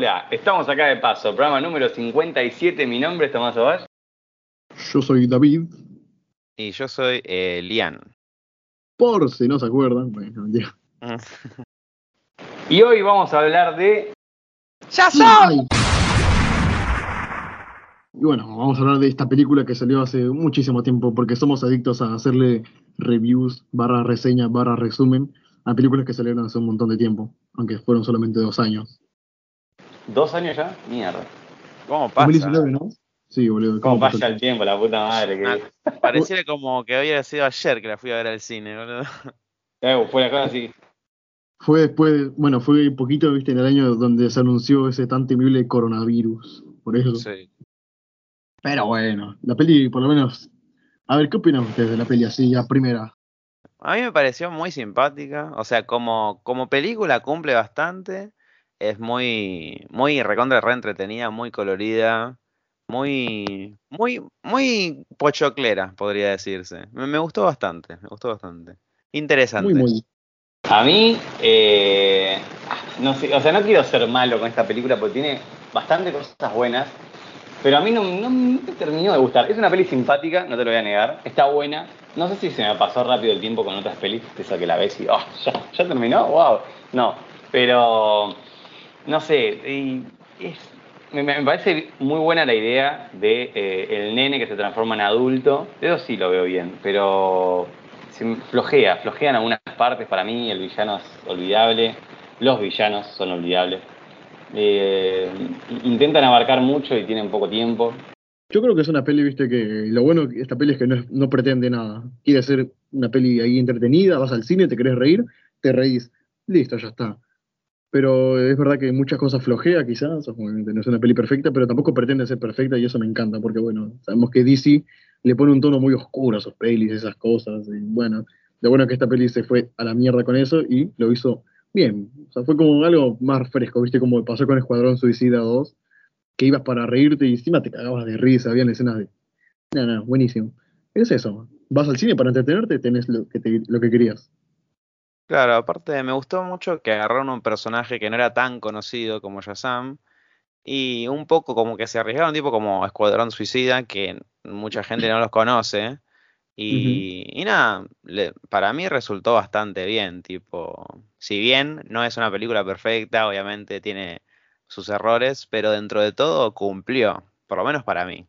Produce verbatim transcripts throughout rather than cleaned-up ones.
Hola, estamos acá de paso, programa número cincuenta y siete, mi nombre es Tomás Ovalle. Yo soy David. Y yo soy eh, Lian. Por si no se acuerdan. Bueno, ya. Y hoy vamos a hablar de... ¡Shazam! Y bueno, vamos a hablar de esta película que salió hace muchísimo tiempo porque somos adictos a hacerle reviews, barra reseña, barra resumen a películas que salieron hace un montón de tiempo, aunque fueron solamente dos años. ¿Dos años ya? Mierda. ¿Cómo pasa? dos mil diecinueve, ¿no? Sí, boludo. ¿Cómo pasó pasa el tiempo, la puta madre? Que... Ah, pareciera como que había sido ayer que la fui a ver al cine, boludo. Eh, fue la cosa así. Fue después, bueno, fue un poquito, viste, en el año donde se anunció ese tan temible coronavirus. Por eso. Sí. Pero bueno, la peli, por lo menos. A ver, ¿qué opinan ustedes de la peli así, a primera? A mí me pareció muy simpática. O sea, como, como película cumple bastante. Es muy, muy recontra re entretenida, muy colorida. Muy, muy, muy pochoclera, podría decirse. Me, me gustó bastante, me gustó bastante. Interesante. Muy, muy. A mí, eh, no sé, o sea, no quiero ser malo con esta película porque tiene bastante cosas buenas, pero a mí no, no me terminó de gustar. Es una peli simpática, no te lo voy a negar, está buena. No sé si se me pasó rápido el tiempo con otras pelis, esa que la ves y, oh, ya, ya terminó, wow. No, pero, no sé, y es, me, me parece muy buena la idea de eh, el nene que se transforma en adulto. Eso sí lo veo bien, pero se flojea, flojea en algunas partes para mí. El villano es olvidable, los villanos son olvidables. Eh, intentan abarcar mucho y tienen poco tiempo. Yo creo que es una peli, viste, que lo bueno de esta peli es que no, es- no pretende nada. Quiere ser una peli ahí entretenida, vas al cine, te querés reír, te reís. Listo, ya está. Pero es verdad que muchas cosas flojea, quizás, obviamente no es una peli perfecta, pero tampoco pretende ser perfecta y eso me encanta, porque bueno, sabemos que D C le pone un tono muy oscuro a sus pelis, esas cosas, y bueno, lo bueno es que esta peli se fue a la mierda con eso y lo hizo bien. O sea, fue como algo más fresco, viste, como pasó con Escuadrón Suicida dos, que ibas para reírte y encima te cagabas de risa, habían escenas de... No, no, buenísimo. Es eso, vas al cine para entretenerte, tenés lo que, te- lo que querías. Claro, aparte me gustó mucho que agarraron un personaje que no era tan conocido como Shazam y un poco como que se arriesgaron tipo como Escuadrón Suicida, que mucha gente no los conoce Ujú. y, y nada, le- para mí resultó bastante bien, tipo, si bien no es una película perfecta, obviamente tiene sus errores, pero dentro de todo cumplió, por lo menos para mmí.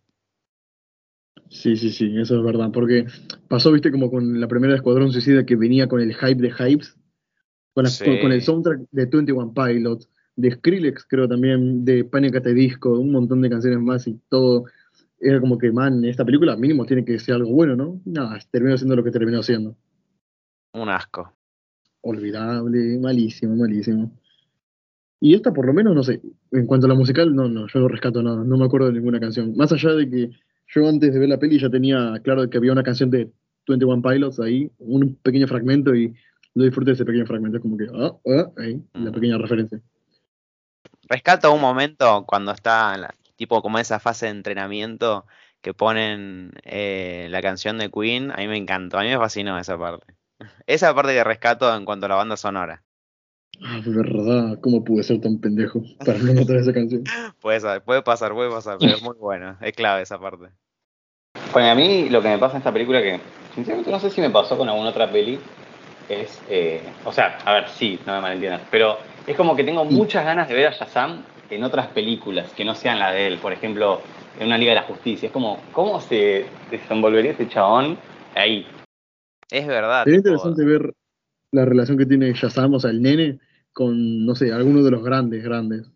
Sí, sí, sí, eso es verdad, porque pasó, viste, como con la primera de Escuadrón Suicida que venía con el hype de hypes, con, la- con, con el Sí. soundtrack de Twenty One Pilots, de Skrillex, creo también, de Panic! At the Disco, un montón de canciones más y todo. Era como que, man, esta película mínimo tiene que ser algo bueno, ¿no? Nada, terminó siendo lo que terminó siendo. Un asco. Olvidable, malísimo, malísimo. Y esta por lo menos, no sé, en cuanto a la musical, no, no, yo no rescato nada, no me acuerdo de ninguna canción. Más allá de que yo antes de ver la peli ya tenía claro que había una canción de Twenty One Pilots ahí, un pequeño fragmento y lo disfruté de ese pequeño fragmento, es como que, ah, ah, ahí, la Mm. pequeña referencia. Rescato un momento cuando está en la- tipo como esa fase de entrenamiento que ponen eh, la canción de Queen, a mí me encantó, a mí me fascinó esa parte. Esa parte que rescato en cuanto a la banda sonora. Ah, de verdad, ¿cómo pude ser tan pendejo para no notar esa canción? Puede ser, puede pasar, puede pasar, pero es muy bueno, es clave esa parte. Bueno, a mí lo que me pasa en esta película, que sinceramente no sé si me pasó con alguna otra peli, es, eh, o sea, a ver, sí, no me malentiendas, pero es como que tengo Sí, muchas ganas de ver a Shazam en otras películas que no sean la de él, por ejemplo, en una Liga de la Justicia. Es como, ¿cómo se desenvolvería este chabón ahí? Es verdad, sería tipo, interesante ver la relación que tiene Shazam, o sea, el nene, con, no sé, alguno de los grandes, grandes.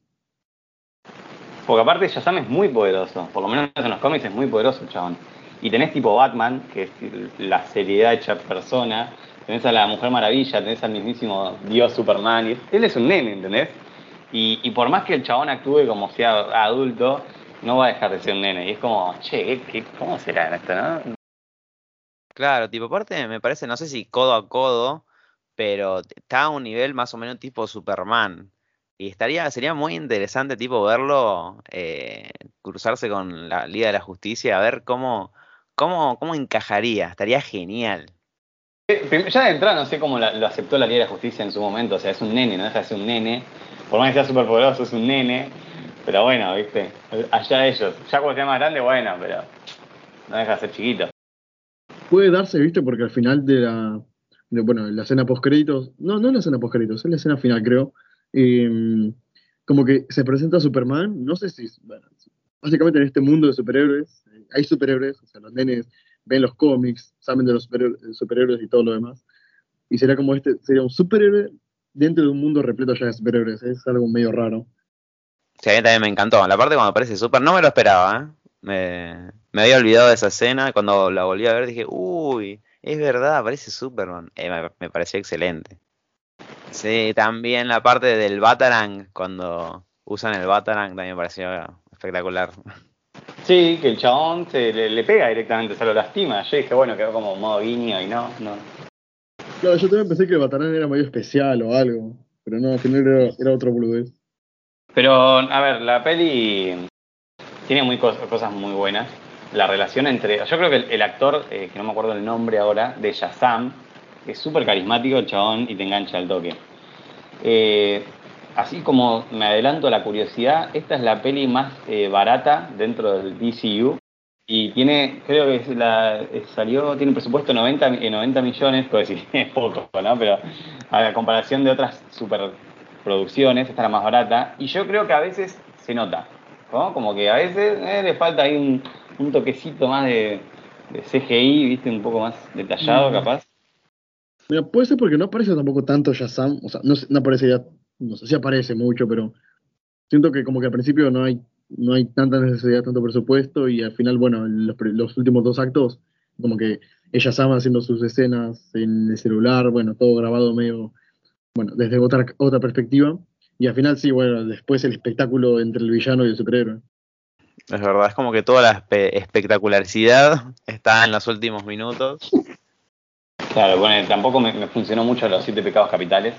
Porque aparte Shazam es muy poderoso, por lo menos en los cómics es muy poderoso el chabón. Y tenés tipo Batman, que es la seriedad hecha persona, tenés a la Mujer Maravilla, tenés al mismísimo Dios Superman, y él es un nene, ¿entendés? Y, y por más que el chabón actúe como sea adulto, no va a dejar de ser un nene. Y es como, che, ¿qué, qué- cómo será esto, no? claro, tipo, aparte me parece, no sé si codo a codo, pero t- está a un nivel más o menos tipo Superman. Y estaría, sería muy interesante, tipo, verlo eh, cruzarse con la Liga de la Justicia, a ver cómo, cómo, cómo encajaría. Estaría genial. Prim- Ya de entrada no sé cómo la- lo aceptó la Liga de la Justicia en su momento, o sea, es un nene, no deja de ser un nene, por más que sea súper poderoso, es un nene, Pero bueno, viste, allá ellos. Ya cuando sea más grande, bueno, pero no deja de ser chiquito. Puede darse, ¿viste? Porque al final de la, de, bueno, la escena post créditos, no, no es la escena post créditos, es la escena final, creo. eh, Como que se presenta Superman, no sé si, bueno, básicamente en este mundo de superhéroes, eh, hay superhéroes, o sea, los nenes ven los cómics, saben de los superhéroes, superhéroes y todo lo demás. Y sería como este, sería un superhéroe dentro de un mundo repleto ya de superhéroes, es algo medio raro. Sí, a mí también me encantó. La parte cuando aparece Super, no me lo esperaba, ¿eh? Me, me había olvidado de esa escena. Cuando la volví a ver dije, uy, es verdad, aparece Superman. Eh, me, me pareció excelente. Sí, también la parte del Batarang, cuando usan el Batarang, también me pareció espectacular. Sí, que el chabón se le, le pega directamente, se lo lastima. Yo dije, bueno, quedó como modo guiño y no, no. Claro, yo también pensé que el Batarán era medio especial o algo, pero no, al final era, era otro boludez. Pero, a ver, la peli tiene muy cos- cosas muy buenas. La relación entre. Yo creo que el, el actor, eh, que no me acuerdo el nombre ahora, de Shazam, es súper carismático el chabón y te engancha al toque. Eh, Así como me adelanto a la curiosidad, esta es la peli más eh, barata dentro del D C U. Y tiene, creo que es la, eh, salió, tiene un presupuesto de noventa, eh, noventa millones, puedo decir, es poco, ¿no? Pero a la comparación de otras superproducciones, esta es la más barata. Y yo creo que a veces se nota, ¿no? Como que a veces eh, le falta ahí un, un toquecito más de, de C G I, ¿viste? Un poco más detallado, Mm, capaz. Mira, puede ser porque no aparece tampoco tanto Shazam, o sea, no, sé- no aparece ya, no sé si aparece mucho, pero siento que como que al principio no hay, no hay tanta necesidad, tanto presupuesto, y al final, bueno, en los, pri- los últimos dos actos, como que es Shazam haciendo sus escenas en el celular, bueno, todo grabado medio, bueno, desde otra, otra perspectiva, y al final sí, bueno, después el espectáculo entre el villano y el superhéroe. Es verdad, es como que toda la espe- espectacularidad está en los últimos minutos. Claro, bueno, tampoco me, me funcionó mucho los siete pecados capitales.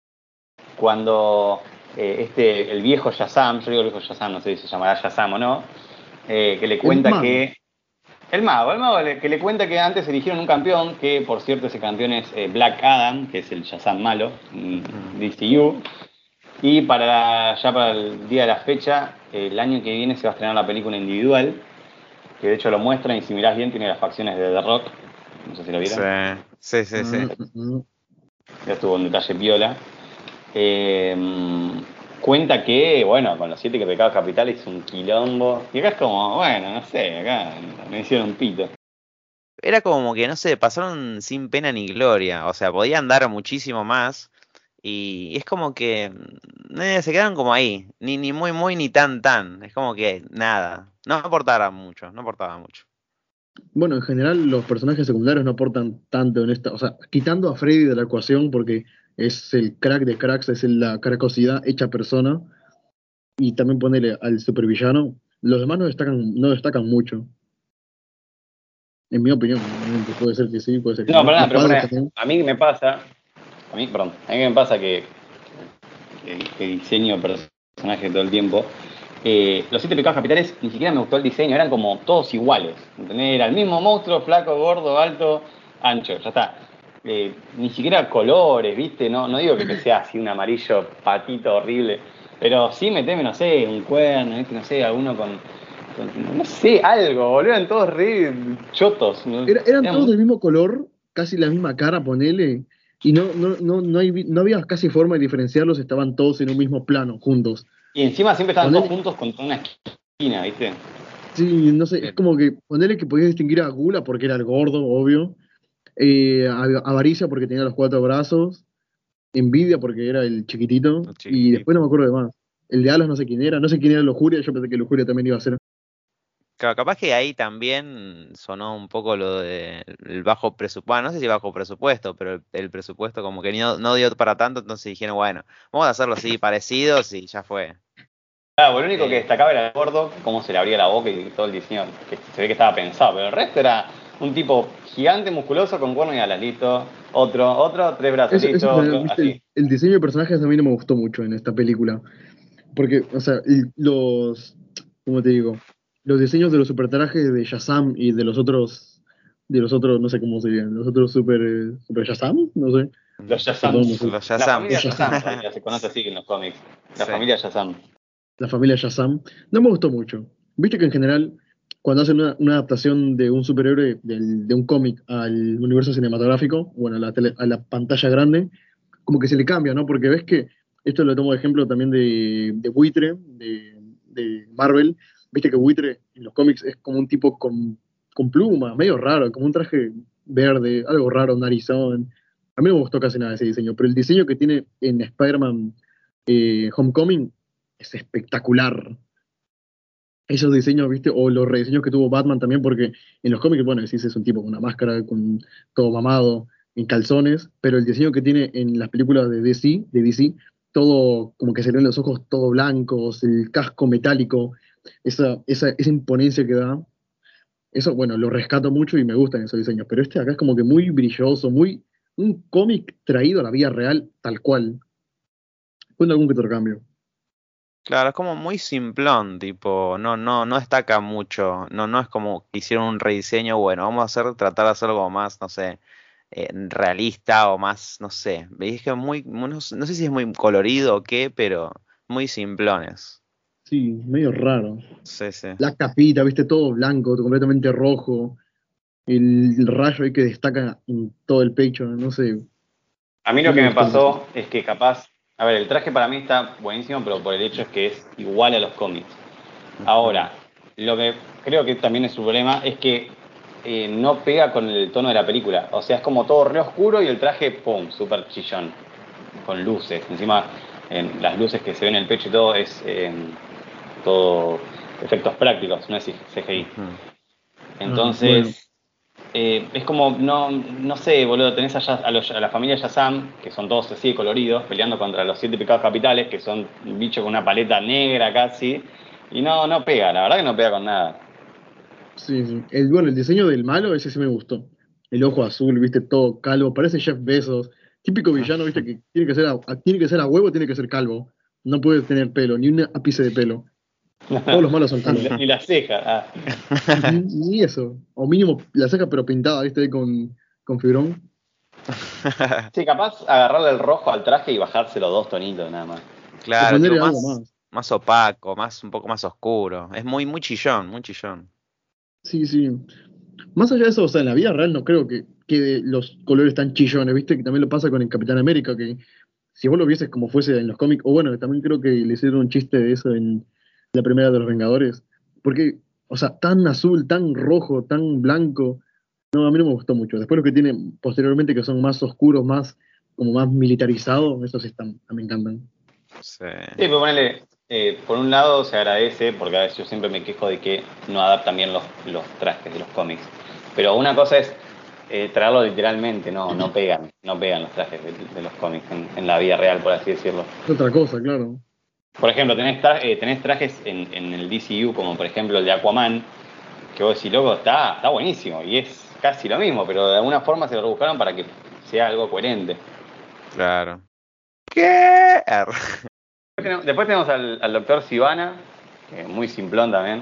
Cuando eh, este, el viejo Shazam, yo digo el viejo Shazam, no sé si se llamará Shazam o no, eh, que le El cuenta mago. que. El mago, el mago le- que le cuenta que antes eligieron un campeón, que por cierto ese campeón es eh, Black Adam, que es el Shazam malo, mm, Mm. D C U. Y para ya para el día de la fecha, el año que viene se va a estrenar la película individual, que de hecho lo muestran y si mirás bien tiene las facciones de The Rock, no sé si lo Sí, vieron, sí, sí, sí. Ah, ah, ah. ya estuvo un detalle piola. Eh, Cuenta que, bueno, con los siete pecados capitales hizo un quilombo. Y acá es como, bueno, no sé, acá me hicieron un pito. Era como que, no sé, pasaron sin pena ni gloria. O sea, podían dar muchísimo más. Y es como que mm, eh, se quedaron como ahí. Ni, ni muy, muy, ni tan, tan. Es como que nada. No aportaba mucho, no aportaba mucho. Bueno, en general los personajes secundarios no aportan tanto en esta, o sea, quitando a Freddy de la ecuación porque es el crack de cracks, es la cracosidad hecha persona, y también ponerle al supervillano, los demás no destacan, no destacan mucho, en mi opinión, obviamente, puede ser que sí, puede ser que No, no. pero nada, Los pero padres pone, también. a mí me pasa, a mí, perdón, a mí me pasa que, que, que diseño personajes todo el tiempo. Eh, los siete pecados capitales ni siquiera me gustó el diseño, eran como todos iguales. ¿Entendés? Era el mismo monstruo, flaco, gordo, alto, ancho, ya está. Eh, ni siquiera colores, ¿viste? No, no digo que, que sea así un amarillo patito horrible, pero sí meteme, no sé, un cuerno, ¿viste? No sé, alguno con, con- no sé, algo, boludo, eran todos re chotos. ¿No? Era- eran Eran todos muy- del mismo color, casi la misma cara, ponele, y no, no, no, no, hay- no había casi forma de diferenciarlos, estaban todos en un mismo plano, juntos. Y encima siempre estaban todos Ponele, juntos contra una esquina, ¿viste? sí, no sé, es Sí. como que ponele que podías distinguir a Gula porque era el gordo, obvio, eh, a- Avaricia porque tenía los cuatro brazos, Envidia porque era el chiquitito, Un y después no chiquitito. me acuerdo de más. El de Alas no sé quién era, no sé quién era Lujuria, yo pensé que Lujuria también iba a ser. Claro, capaz que ahí también sonó un poco lo del bajo presupuesto. Bueno, no sé si bajo presupuesto, pero el, el presupuesto como que no, no dio para tanto, entonces dijeron, bueno, vamos a hacerlo así, parecidos y ya fue. Claro, lo único que Eh, destacaba era el gordo, cómo se le abría la boca y todo el diseño, que se ve que estaba pensado, pero el resto era un tipo gigante, musculoso, con cuerno y alas, listo. Otro, otro, tres brazos, Eso, eso listo, también, otro, viste, así. el, el diseño de personajes a mí no me gustó mucho en esta película. Porque, o sea, el- los, ¿cómo te digo? Los diseños de los supertrajes de Shazam y de los otros, de los otros, no sé cómo serían, los otros super, eh, super Shazam, no sé, Los perdón, no Shazams. sé, los La los familia Shazams. Shazam. Shazam, en realidad, se conoce así en los cómics. La Sí. familia Shazam. la familia Shazam, no me gustó mucho. Viste que en general, cuando hacen una, una adaptación de un superhéroe del- de un cómic al universo cinematográfico, bueno, a la, tele- a la pantalla grande, como que se le cambia, ¿no? Porque ves que, esto lo tomo de ejemplo también de, de Buitre, de, de Marvel, viste que Buitre en los cómics es como un tipo con, con plumas, medio raro, como un traje verde, algo raro, narizón. A mí no me gustó casi nada ese diseño, pero el diseño que tiene en Spider-Man eh, Homecoming es espectacular. Esos diseños, ¿viste? O los rediseños que tuvo Batman también, porque en los cómics, bueno, decís es un tipo con una máscara, con todo mamado, en calzones, pero el diseño que tiene en las películas de D C, de D C, todo como que se le ven los ojos todo blancos, el casco metálico, esa, esa, esa imponencia que da, eso, bueno, lo rescato mucho y me gustan esos diseños, pero este acá es como que muy brilloso, muy un cómic traído a la vida real, tal cual, con algún que otro cambio. Claro, es como muy simplón, tipo, no, no, no destaca mucho, no, no es como que hicieron un rediseño, bueno, vamos a hacer, tratar de hacer algo más, no sé, eh, realista o más, no sé, veis que es muy, muy- no, sé no sé si es muy colorido o qué, pero muy simplones. Sí, medio raro. Sí, sí. La capita, viste, todo blanco, completamente rojo, el, el rayo ahí que destaca en todo el pecho, no sé, A mí no lo me que me gustó mucho. pasó es que capaz, a ver, el traje para mí está buenísimo, pero por el hecho es que es igual a los cómics. Ujú. Ahora, lo que creo que también es su problema es que eh, no pega con el tono de la película. O sea, es como todo re oscuro y el traje, pum, súper chillón, con luces. Encima, en las luces que se ven en el pecho y todo es eh, todo efectos prácticos, no es C G I. Ujú. Ah, bueno, Entonces, eh, es como, no, no sé, boludo, tenés a, Ya- a, los- a la familia Shazam, que son todos así de coloridos, peleando contra los siete pecados capitales, que son un bicho con una paleta negra casi, y no, no pega, la verdad que no pega con nada. sí, sí. El, bueno, el diseño del malo, ese sí me gustó. El ojo azul, viste, todo calvo, parece Jeff Bezos. Típico villano, viste, que tiene que ser a, a- tiene que ser a huevo, tiene que ser calvo. No puede tener pelo, ni un ápice de pelo. Todos los malos son Ni la, calvos. ni la ceja. Ah. Ujú, ni eso. O mínimo la ceja, pero pintada, viste, ahí con, con fibrón. Sí, capaz agarrarle el rojo al traje y bajárselo dos tonitos nada más. O Claro, tipo ponerle algo más, más. más opaco, más, un poco más oscuro. Es muy, muy chillón, muy chillón. Sí, sí. Más allá de eso, o sea, en la vida real no creo que quede los colores tan chillones, viste, que también lo pasa con el Capitán América, que si vos lo vieses como fuese en los cómics, o bueno, también creo que le hicieron un chiste de eso en la primera de los Vengadores, porque, o sea, tan azul, tan rojo, tan blanco, no, a mí no me gustó mucho. Después lo que tiene posteriormente, que son más oscuros, más, como más militarizados, esos sí están, me encantan. Sí. Sí, pero ponele, eh, por un lado se agradece, porque a veces yo siempre me quejo de que no adaptan bien los, los trajes de los cómics. Pero una cosa es eh, traerlo literalmente, no, no pegan, no pegan los trajes de, de los cómics en, en la vida real, por así decirlo. Es otra cosa, claro. Por ejemplo, tenés, tra- eh, tenés trajes en, en el D C U, como por ejemplo el de Aquaman, que vos decís, loco, está, está buenísimo, y es casi lo mismo, pero de alguna forma se lo rebuscaron para que sea algo coherente. Claro. ¿Qué? Er. Después tenemos, después tenemos al, al doctor Sivana, que es muy simplón también.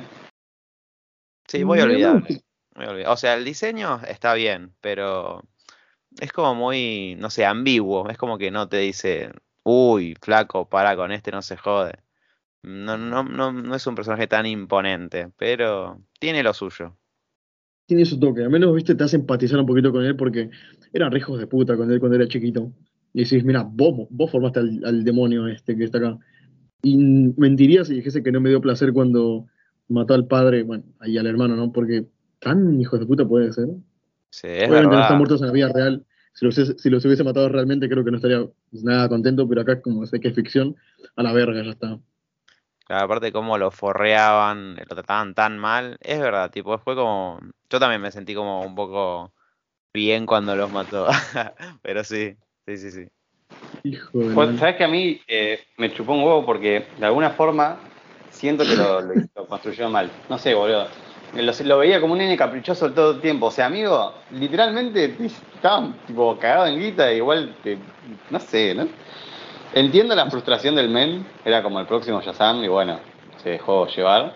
Sí, muy Me, me gustó. olvidable. Muy olvidable. O sea, el diseño está bien, pero es como muy, no sé, ambiguo. Es como que no te dice, uy, flaco, para con este, no se jode. No, no, no, no es un personaje tan imponente, pero tiene lo suyo. Tiene su toque, al menos, viste, te hace empatizar un poquito con él porque eran re hijos de puta con él cuando era chiquito. Y decís, mira, vos, vos formaste al, al demonio este que está acá. Y mentiría si dijese que no me dio placer cuando mató al padre, bueno, y al hermano, ¿no? Porque tan hijos de puta puede ser. Sí, es Obviamente no están verdad. muertos en la vida real. Si los, si los hubiese matado realmente, creo que no estaría nada contento, pero acá, como sé que es ficción, a la verga, ya está. Claro, aparte cómo lo forreaban, lo trataban tan mal, es verdad, tipo, fue como, yo también me sentí como un poco bien cuando los mató, pero sí, sí, sí, sí. Hijo de Pues, la... sabes que a mí eh, me chupó un huevo porque de alguna forma siento que lo, lo, lo construyeron mal. No sé, boludo. Lo, lo veía como un nene caprichoso todo el tiempo. O sea, amigo, literalmente estaba tipo cagado en guita, igual te, no sé, ¿no? Entiendo la frustración del men, era como el próximo Shazam y bueno, se dejó llevar.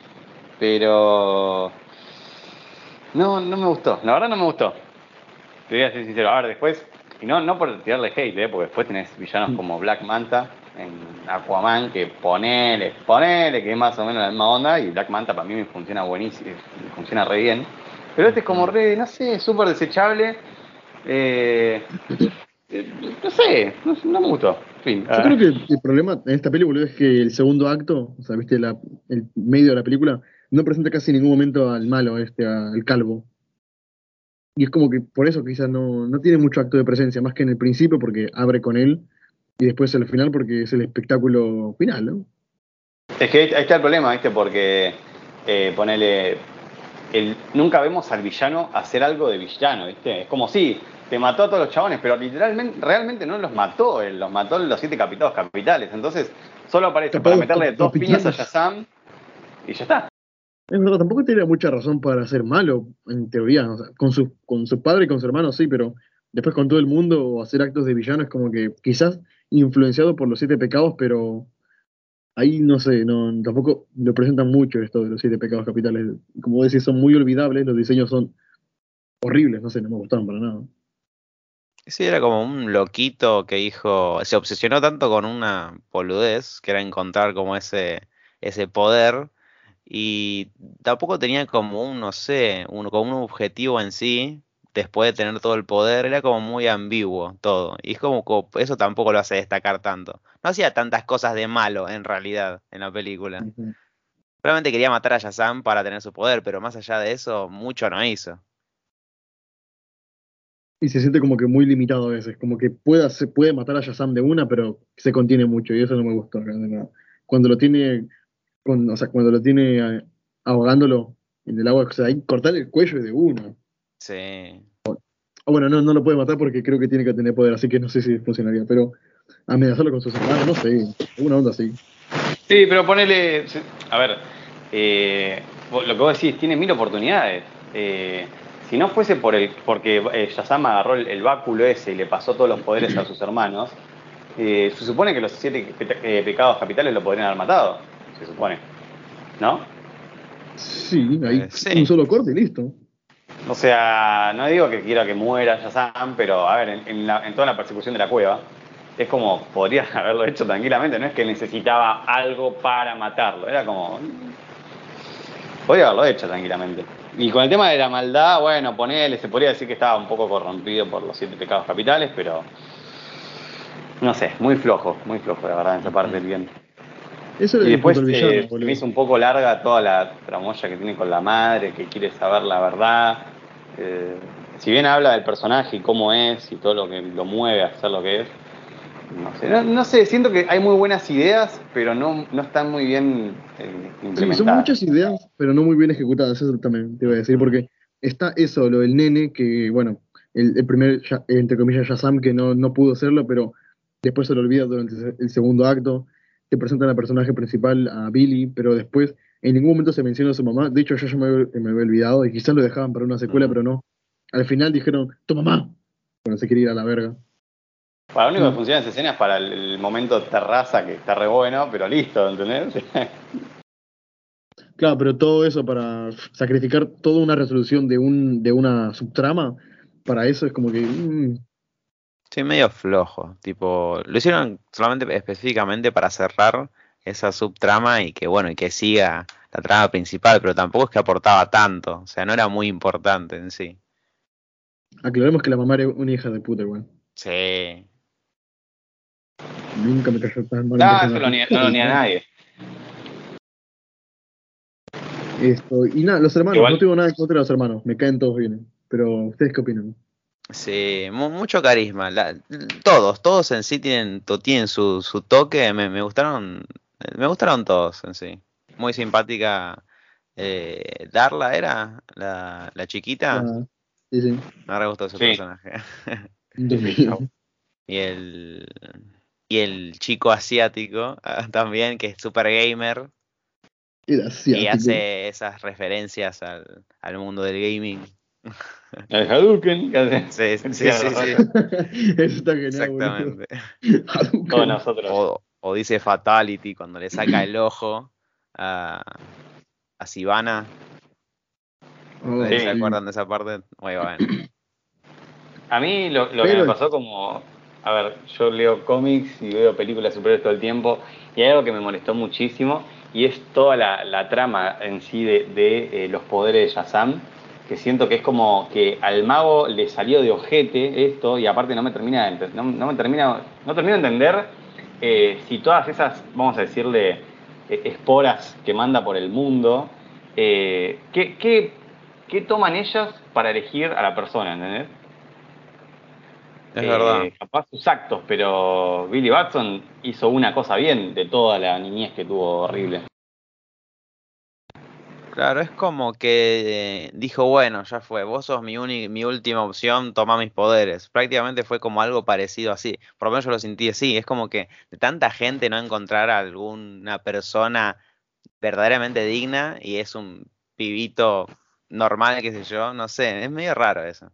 Pero no, no me gustó. La verdad no me gustó. Te voy a ser sincero. A ver, después, y no, no por tirarle hate, ¿eh? Porque después tenés villanos como Black Manta en Aquaman, que ponele, ponele, que es más o menos la misma onda, y Black Manta para mí me funciona buenísimo, me funciona re bien. Pero este es como re, no sé, súper desechable. Eh, eh, no sé, no, no me gustó. En fin. Yo creo que el problema en esta película es que el segundo acto, o sea, viste, la, el medio de la película, no presenta casi en ningún momento al malo, este, al calvo. Y es como que por eso quizás no, no tiene mucho acto de presencia, más que en el principio, porque abre con él, y después al final, porque es el espectáculo final, ¿no? Es que ahí está el problema, ¿viste? Porque eh, ponele. El, nunca vemos al villano hacer algo de villano, ¿viste? Es como si te mató a todos los chabones, pero literalmente, realmente no los mató, él los mató los siete capitados capitales. Entonces, solo aparece para Capaz meterle cap- dos piñas a capitanes. Shazam y ya está. Es verdad, tampoco tenía mucha razón para ser malo, en teoría. O sea, con su, con su padre y con su hermano sí, pero después con todo el mundo o hacer actos de villano es como que quizás influenciado por los siete pecados, pero ahí no sé, no, tampoco lo presentan mucho esto de los siete pecados capitales. Como decís, son muy olvidables, los diseños son horribles, no sé, no me gustaron para nada. Sí, era como un loquito que dijo, se obsesionó tanto con una boludez, que era encontrar como ese, ese poder, y tampoco tenía como un, no sé, un, como un objetivo en sí, después de tener todo el poder, era como muy ambiguo todo, y es como, como eso tampoco lo hace destacar tanto. No hacía tantas cosas de malo en realidad en la película. Ujú. Solamente quería matar a Shazam para tener su poder, pero más allá de eso, mucho no hizo. Y se siente como que muy limitado a veces, como que puede, hacer- puede matar a Shazam de una, pero se contiene mucho, y eso no me gustó. acá, de nada. Cuando lo tiene, con, o sea, cuando lo tiene eh, ahogándolo en el agua, o sea, ahí cortar el cuello de una. Sí. O bueno, no, no lo puede matar porque creo que tiene que tener poder, así que no sé si funcionaría, pero amenazarlo con sus hermanos, no sé, alguna onda así. Sí, pero ponele. A ver, eh, lo que vos decís, tiene mil oportunidades. Eh, si no fuese por el, porque eh, Shazam agarró el, el báculo ese y le pasó todos los poderes a sus hermanos, eh, se supone que los siete pe- eh, pecados capitales lo podrían haber matado. Se supone. ¿No? Sí, Eh, ahí un sí. solo corte y listo. O sea, no digo que quiera que muera Shazam, pero a ver, en, en la- en toda la persecución de la cueva, es como, podría haberlo hecho tranquilamente, no es que necesitaba algo para matarlo, era como, podría haberlo hecho tranquilamente. Y con el tema de la maldad, bueno, ponele, se podría decir que estaba un poco corrompido por los siete pecados capitales, pero no sé, muy flojo, muy flojo, la verdad, en esa parte del Ujú. bien. Eso Y era en cuanto después al villano, eh, se me boludo. hizo un poco larga toda la tramoya que tiene con la madre, que quiere saber la verdad. Eh, si bien habla del personaje y cómo es y todo lo que lo mueve a ser lo que es, no sé, no, no sé, siento que hay muy buenas ideas, pero no, no están muy bien eh, Sí, son implementadas. muchas ideas, pero no muy bien ejecutadas, eso también te iba a decir, Mm. porque está eso, lo del nene, que bueno, el, el primer, ya- entre comillas, Shazam, que no, no pudo hacerlo, pero después se lo olvida durante el segundo acto, te presentan al personaje principal, a Billy, pero después en ningún momento se menciona a su mamá, de hecho yo ya me, había- me había olvidado, y quizás lo dejaban para una secuela, Ujú. pero no. Al final dijeron, tu mamá, cuando se quiere ir a la verga. Para lo único que Mm. funciona en esa escena es para el, el momento terraza, que está re bueno, pero listo, ¿entendés? Claro, pero todo eso para sacrificar toda una resolución de un, de una subtrama, para eso es como que mm, Sí, medio flojo. Tipo, lo hicieron solamente específicamente para cerrar esa subtrama y que bueno, y que siga la trama principal, pero tampoco es que aportaba tanto. O sea, no era muy importante en sí. aclaremos que la mamá era una hija de puta, igual. Sí. Nunca me cayó tan mal un No, eso lo personaje. nie- no lo niega nadie. Esto, y nada, los hermanos, no Igual, tengo nada en contra de los hermanos, me caen todos bien. Pero, ¿ustedes qué opinan? Sí, mu- mucho carisma. La- todos, todos en sí tienen, to- tienen su, su toque. Me, me gustaron, me gustaron todos en sí. Muy simpática. Eh, Darla era la, la chiquita. La, sí, sí. Me re gustó ese sí, personaje. sí, sí, chau. Y el, y el chico asiático ah, también, que es super gamer Era y asiático. hace esas referencias al, al mundo del gaming. El Hadouken, que Sí, hace. sí, Tira sí, la sí, rata. Eso está genial, boludo. exactamente. Todos Hadouken. nosotros. O, o dice Fatality cuando le saca el ojo a, a Sivana. Oh, ¿Se se Sí. sí. acuerdan de esa parte? Muy bueno. A mí lo, lo que me Pero, pasó como. a ver, yo leo cómics y veo películas superhéroes todo el tiempo, y hay algo que me molestó muchísimo, y es toda la, la trama en sí de, de eh, los poderes de Shazam, que siento que es como que al mago le salió de ojete esto, y aparte no me termina de, ente- no, no me termina, no termino de entender eh, si todas esas, vamos a decirle, eh, esporas que manda por el mundo, eh, ¿qué, qué, qué toman ellas para elegir a la persona, ¿entendés? Es verdad. Eh, capaz sus actos, pero Billy Batson hizo una cosa bien de toda la niñez que tuvo horrible. Claro, es como que eh, dijo, bueno, ya fue, vos sos mi, uni- mi última opción, toma mis poderes. Prácticamente fue como algo parecido así. Por lo menos yo lo sentí así. Es como que de tanta gente no encontrar a alguna persona verdaderamente digna y es un pibito normal, qué sé yo, no sé, es medio raro eso.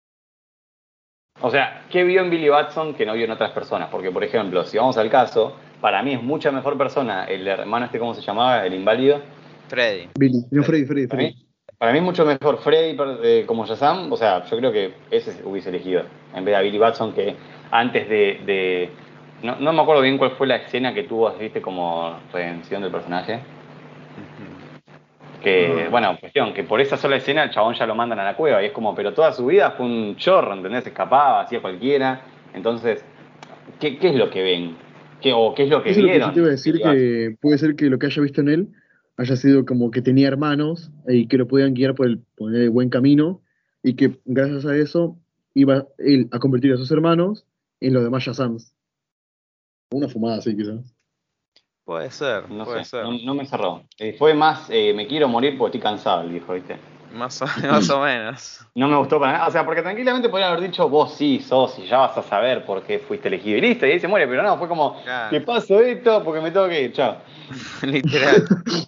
O sea, ¿qué vio en Billy Batson que no vio en otras personas? Porque, por ejemplo, si vamos al caso, para mí es mucha mejor persona el hermano este, ¿cómo se llamaba? El inválido. Freddy. Billy, no Freddy, Freddy, Para Freddy. mí, para mí es mucho mejor Freddy eh, como Shazam. O sea, yo creo que ese hubiese elegido. En vez de a Billy Batson, que antes de... de- no, no me acuerdo bien cuál fue la escena que tuvo, viste, como redención del personaje. Ujú. Que, Ah, bueno, cuestión, que por esa sola escena el chabón ya lo mandan a la cueva y es como, pero toda su vida fue un chorro, ¿entendés? Escapaba, hacía cualquiera. Entonces, ¿qué, qué es lo que ven? ¿Qué, o qué es lo que eso es lo que yo te vieron? iba a decir, que puede ser que lo que haya visto en él haya sido como que tenía hermanos y que lo podían guiar por el, por el buen camino y que gracias a eso iba él a convertir a sus hermanos en los demás Shazams. Una fumada así quizás. Puede ser, No puede sé, ser. no, no me cerró. Eh, fue más, eh, me quiero morir porque estoy cansado, el viejo, ¿viste? Más o, más o menos. No me gustó para nada. O sea, porque tranquilamente podrían haber dicho, vos sí sos y ya vas a saber por qué fuiste elegido. Y listo, y ahí se muere. Pero no, fue como, Claro, te paso esto porque me tengo que ir, chao. literal.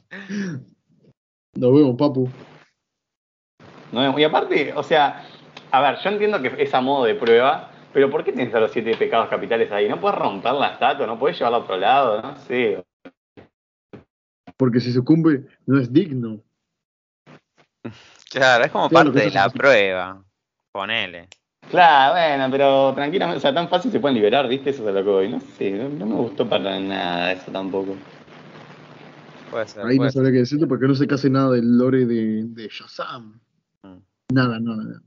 Nos vemos, papu. No, y aparte, o sea, a ver, yo entiendo que es a modo de prueba, pero ¿por qué tienes a los siete pecados capitales ahí? ¿No puedes romper la estatua? ¿No puedes llevarla a otro lado? No sé. Porque si sucumbe, no es digno. Claro, es como Todo lo que parte eso de se la necesita. prueba. Ponele. Claro, bueno, pero tranquilamente, o sea, tan fácil se pueden liberar, ¿viste? Eso es a lo que voy. No sé, no, no me gustó para nada eso tampoco. Puede ser, Ahí no puede ser. sabría qué decirte porque no sé casi nada del lore de, de Shazam. Mm. Nada, nada, nada.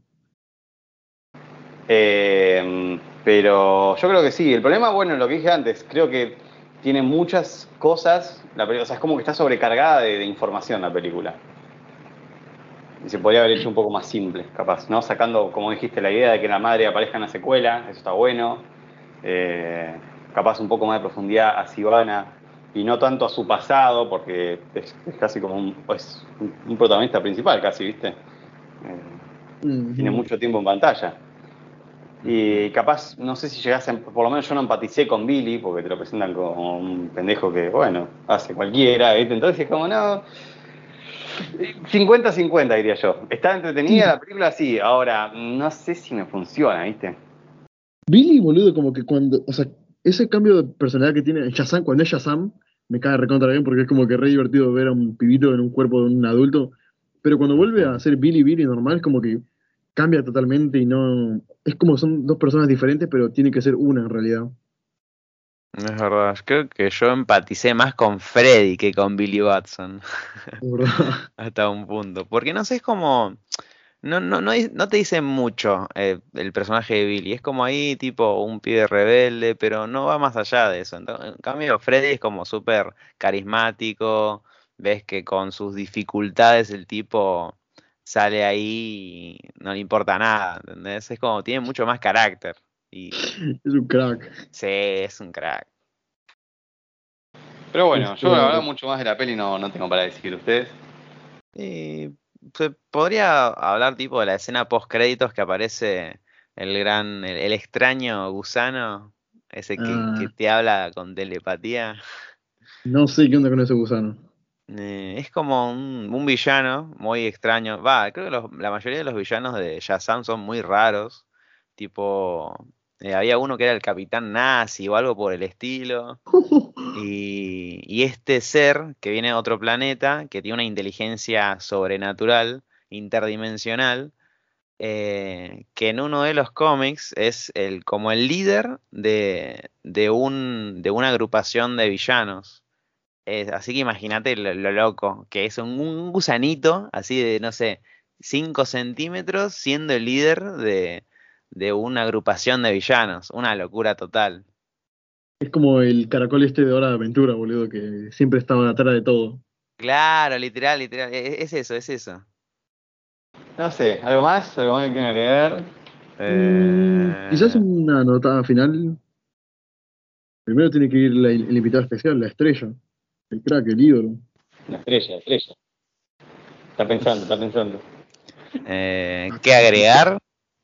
Eh, pero yo creo que sí. El problema, bueno, lo que dije antes, creo que tiene muchas cosas. La, peli- o sea, es como que está sobrecargada de, de información la película. Y se podría haber hecho un poco más simple, capaz, ¿no? Sacando, como dijiste, la idea de que la madre aparezca en la secuela, eso está bueno. Eh, capaz un poco más de profundidad a Sivana y no tanto a su pasado, porque es, es casi como un, es un, un protagonista principal, casi, ¿viste? Eh, tiene Ujú. mucho tiempo en pantalla. Ujú. Y capaz, no sé si llegasen, por lo menos yo no empaticé con Billy, porque te lo presentan como un pendejo que, bueno, hace cualquiera, ¿viste? Entonces es como, no, cincuenta cincuenta diría yo. ¿Está Sí, entretenida la película? Sí, ahora, no sé si me funciona, ¿viste? Billy, boludo, como que cuando, o sea, ese cambio de personalidad que tiene en Shazam, cuando es Shazam, me cae recontra bien porque es como que re divertido ver a un pibito en un cuerpo de un adulto, pero cuando vuelve a Ujú. ser Billy Billy normal, es como que cambia totalmente y no, es como son dos personas diferentes, pero tiene que ser una en realidad. Es verdad, creo que yo empaticé más con Freddy que con Billy Watson. Es verdad. Hasta un punto. Porque no sé, es como. No, no, no, di- no te dice mucho eh, el personaje de Billy. Es como ahí, tipo, un pibe rebelde, pero no va más allá de eso. Ento- En cambio, Freddy es como súper carismático. Ves que con sus dificultades el tipo sale ahí y no le importa nada. ¿Entendés? Es como, tiene mucho más carácter. Y Es un crack. sí, es un crack. Pero bueno, yo la verdad Esto, mucho más de la peli no, no tengo para decir. ¿Ustedes? Y se podría hablar tipo de la escena post créditos que aparece el gran, el, el extraño gusano, ese que, que ah, te habla con telepatía. no sé qué onda con ese gusano. Eh, es como un, un villano muy extraño. Va, creo que los- la mayoría de los villanos de Shazam son muy raros. Tipo, eh, había uno que era el Capitán Nazi o algo por el estilo. Y, y este ser que viene de otro planeta, que tiene una inteligencia sobrenatural, interdimensional, eh, que en uno de los cómics es el como el líder de, de un de una agrupación de villanos. Es- así que imagínate lo, lo loco, que es un, un gusanito, así de, no sé, cinco centímetros, siendo el líder de, de una agrupación de villanos. Una locura total. Es como el caracol este de Hora de Aventura, boludo, que siempre estaba atrás de todo. Claro, literal, literal. e- Es, eso, es eso. No sé, ¿algo más? ¿Algo más que quieren agregar? Mm, quizás Eh, una nota final. Primero tiene que ir la- el invitado especial, la estrella, el crack, el ídolo. La estrella, la estrella. Está pensando, está pensando. eh, ¿qué agregar?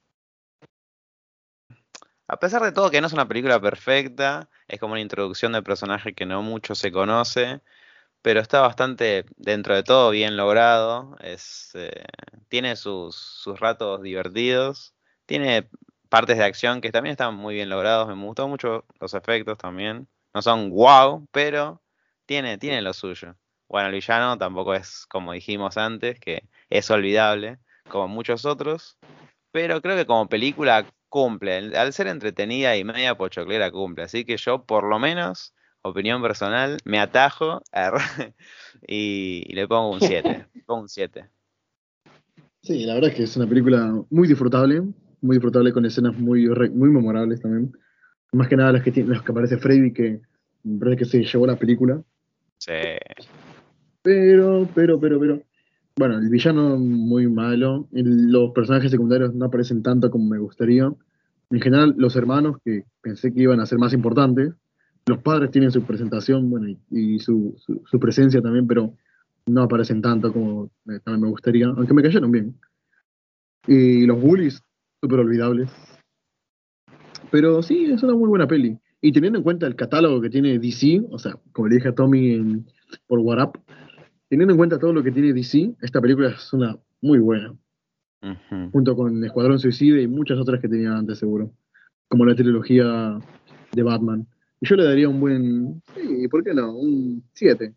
A pesar de todo que no es una película perfecta, es como una introducción de personaje que no mucho se conoce. Pero está bastante, dentro de todo, bien logrado. Es, eh, tiene sus, sus ratos divertidos. Tiene partes de acción que también están muy bien logrados. Me gustó mucho los efectos también. No son wow, pero tiene, tiene lo suyo. Bueno, el villano tampoco es como dijimos antes, que es olvidable, como muchos otros. Pero creo que como película cumple. Al al ser entretenida y media pochoclera cumple. Así que yo, por lo menos, opinión personal, me atajo arre, y, y le pongo un siete. Pongo un siete. Sí, la verdad es que es una película muy disfrutable, muy disfrutable con escenas muy, re- muy memorables también. Más que nada las que, tiene, las que aparece Freddy, que me parece que se llevó la película. Sí. Pero, pero, pero, pero. Bueno, el villano muy malo. El- los personajes secundarios no aparecen tanto como me gustaría. En general, los hermanos, que pensé que iban a ser más importantes. Los padres tienen su presentación, bueno, y, y su, su, su presencia también, pero no aparecen tanto como eh, también me gustaría, aunque me cayeron bien. Y los bullies, súper olvidables. Pero sí, es una muy buena peli. Y teniendo en cuenta el catálogo que tiene D C, o sea, como le dije a Tommy en- por WhatsApp, teniendo en cuenta todo lo que tiene D C, esta película es una muy buena, Ujú. junto con Escuadrón Suicida y muchas otras que tenía antes seguro, como la trilogía de Batman. Y yo le daría un buen, sí, ¿por qué no? Un siete.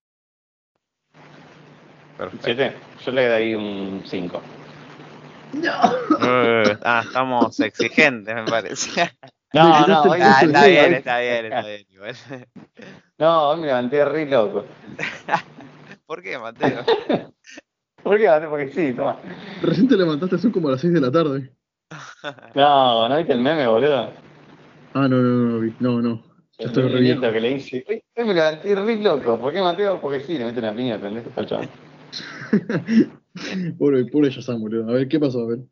¿Un Perfecto. siete? Yo le daría un cinco. No, Eh, ah, estamos exigentes, me parece. me No, quitaste no, el hoy, Ah, puesto de está hoy, bien, seis. hoy. está bien, está bien, igual. No, hoy me levanté re loco. ¿Por qué, Mateo? ¿Por qué levanté? Porque sí, toma. Recién te levantaste, son como las seis de la tarde. No, ¿no viste el meme, boludo? Ah, no, no, no, no, vi. No, no, ya El estoy del re nenito viejo. que le dice, hoy, hoy me levanté re loco. ¿Por qué, Mateo? Porque sí, le mete una piña, pendejo, está el chabón. Pobre, pobre Shazam, boludo. A ver, ¿qué pasó? A ver.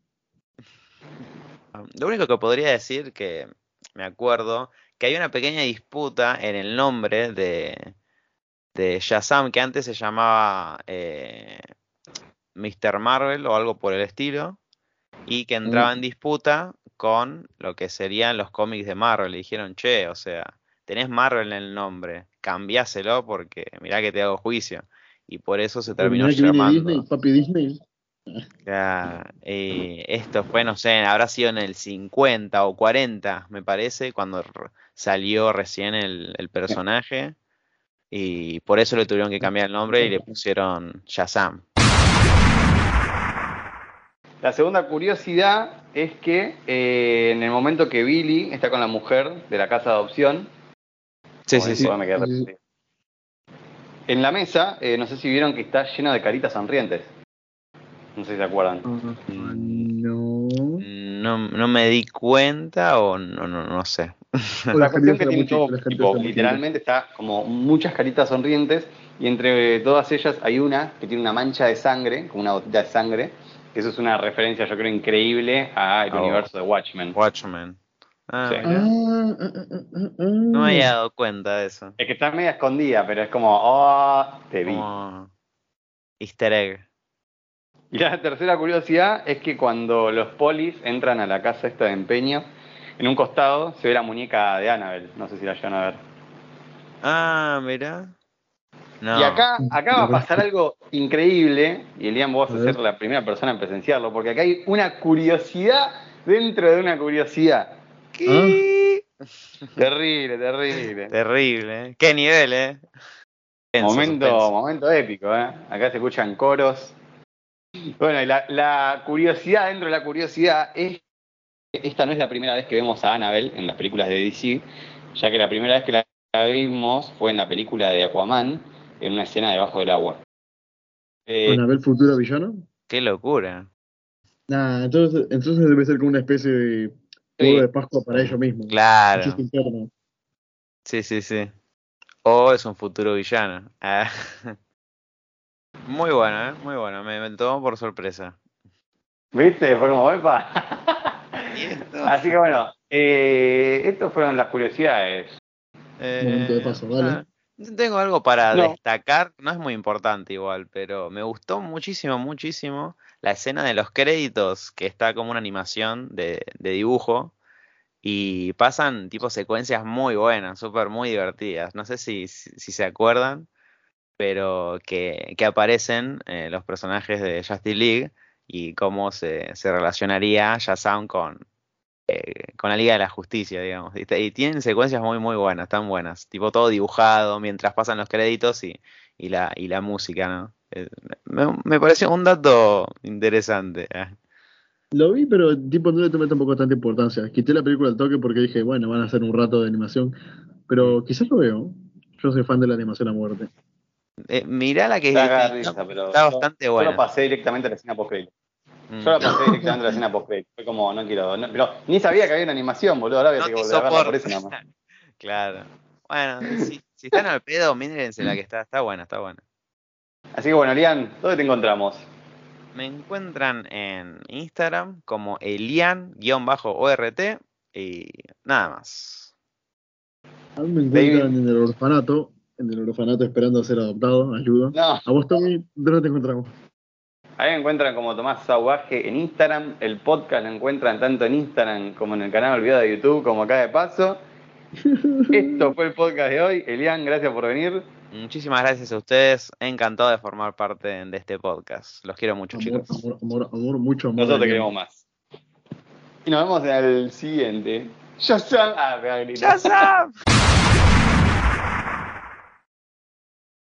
Lo único que podría decir que me acuerdo que hay una pequeña disputa en el nombre de, de Shazam que antes se llamaba eh, míster Marvel o algo por el estilo y que Ah, entraba en disputa con lo que serían los cómics de Marvel. Le dijeron, che, o sea, tenés Marvel en el nombre, cambiáselo porque mirá que te hago juicio. Y por eso se porque terminó mirá que viene Disney, llamando. papi Disney. Ya, eh, esto fue, no sé, habrá sido en el cincuenta o cuarenta, me parece, cuando r- salió recién el, el personaje. Y por eso le tuvieron que cambiar el nombre y le pusieron Shazam. La segunda curiosidad es que eh, en el momento que Billy está con la mujer de la casa de adopción, Sí, como sí, dijo, sí. Sí, "Ah, me quedé sí, sí. repetido". En la mesa, eh, no sé si vieron que está lleno de caritas sonrientes. No sé si se acuerdan. Ah, Mm, no. No, no me di cuenta o no, no, no sé. O La las cuestión caritas que eran tiene muy, chi- todo, las caritas tipo, eran muy chiquitas. literalmente está como muchas caritas sonrientes y entre todas ellas hay una que tiene una mancha de sangre, como una gotita de sangre, que eso es una referencia yo creo increíble al Oh, universo de Watchmen. Watchmen. Ah, Sí. mira. Ah, ah, ah, ah, No me había ah. dado cuenta de eso. Es que está media escondida, pero es como, oh, te vi. Como Easter egg. Y la tercera curiosidad es que cuando los polis entran a la casa esta de empeño, en un costado se ve la muñeca de Annabelle, no sé si la llegan a ver. Ah, mira. Y No. acá, acá va La a verdad es pasar que, algo increíble, y Elian, vos a vas a ser ver. la primera persona en presenciarlo, porque acá hay una curiosidad dentro de una curiosidad. Ah, ¿Qué? Terrible, terrible. Terrible, ¿eh? ¿Qué nivel, eh? Suspenso, Momento, suspenso. momento épico, ¿eh? Acá se escuchan coros. Bueno, y la, la curiosidad dentro de la curiosidad es que esta no es la primera vez que vemos a Annabelle en las películas de D C, ya que la primera vez que la vimos fue en la película de Aquaman, en una escena debajo del agua. Eh, ¿Anabel futuro villano? Qué locura. Nah, entonces, entonces debe ser como una especie de huevo sí, de Pascua para ellos mismos. Un Claro. chiste interno. Sí, sí, sí. O es un futuro villano. Ah. Muy bueno, ¿eh? Muy bueno. Me, me tomó por sorpresa. ¿Viste? Fue como, ¡epa! ¿Y esto? Así que bueno, eh, estas fueron las curiosidades. Momento de Eh, paso, dale. ah, tengo algo para No, destacar, no es muy importante igual, pero me gustó muchísimo, muchísimo la escena de los créditos, que está como una animación de, de dibujo, y pasan tipo secuencias muy buenas, súper muy divertidas. No sé si, si, si se acuerdan, pero que, que aparecen eh, los personajes de Justice League y cómo se, se relacionaría Shazam con, eh, con la Liga de la Justicia, digamos. Y, te- y tienen secuencias muy, muy buenas, están buenas. Tipo todo dibujado mientras pasan los créditos y, y la, y la música, ¿no? Eh, me, me pareció un dato interesante. eh. Lo vi, pero tipo no le tomé tampoco tanta importancia. Quité la película al toque porque dije, bueno, van a hacer un rato de animación. Mm. Pero quizás lo veo. Yo soy fan de la animación a muerte. Eh, mirá la te que, que haga está, risa, pero está yo, bastante yo lo buena. pasé directamente a la escena post-crédito. Yo Mm. la pasé directamente a la escena post-crédito. Fue como, no quiero, no- pero ni sabía que había una animación, boludo. Ahora voy a No tener que te volver a verla por soporto. eso nada más. Claro. Bueno, si, si están al pedo, mírense la que está, está buena, está buena. Así que bueno, Lian, ¿dónde te encontramos? Me encuentran en Instagram como elian-ort y nada más. A mí me David. encuentran en el orfanato, en el orfanato esperando a ser adoptado, ayuda. No, A vos, Tommy, ¿dónde te encontramos? ahí me encuentran como Tomás Sauvaje en Instagram. El podcast lo encuentran tanto en Instagram como en el canal Olvidado de YouTube, como acá de paso. Esto fue el podcast de hoy. Elian, gracias por venir. Muchísimas gracias a ustedes. Encantado de formar parte de este podcast. Los quiero mucho, Amor, chicos. amor, amor, amor, mucho amor, Nosotros te Elian. queremos más. Y nos vemos en el siguiente. Ya está. Ah, me va a gritar. ¡Shazam!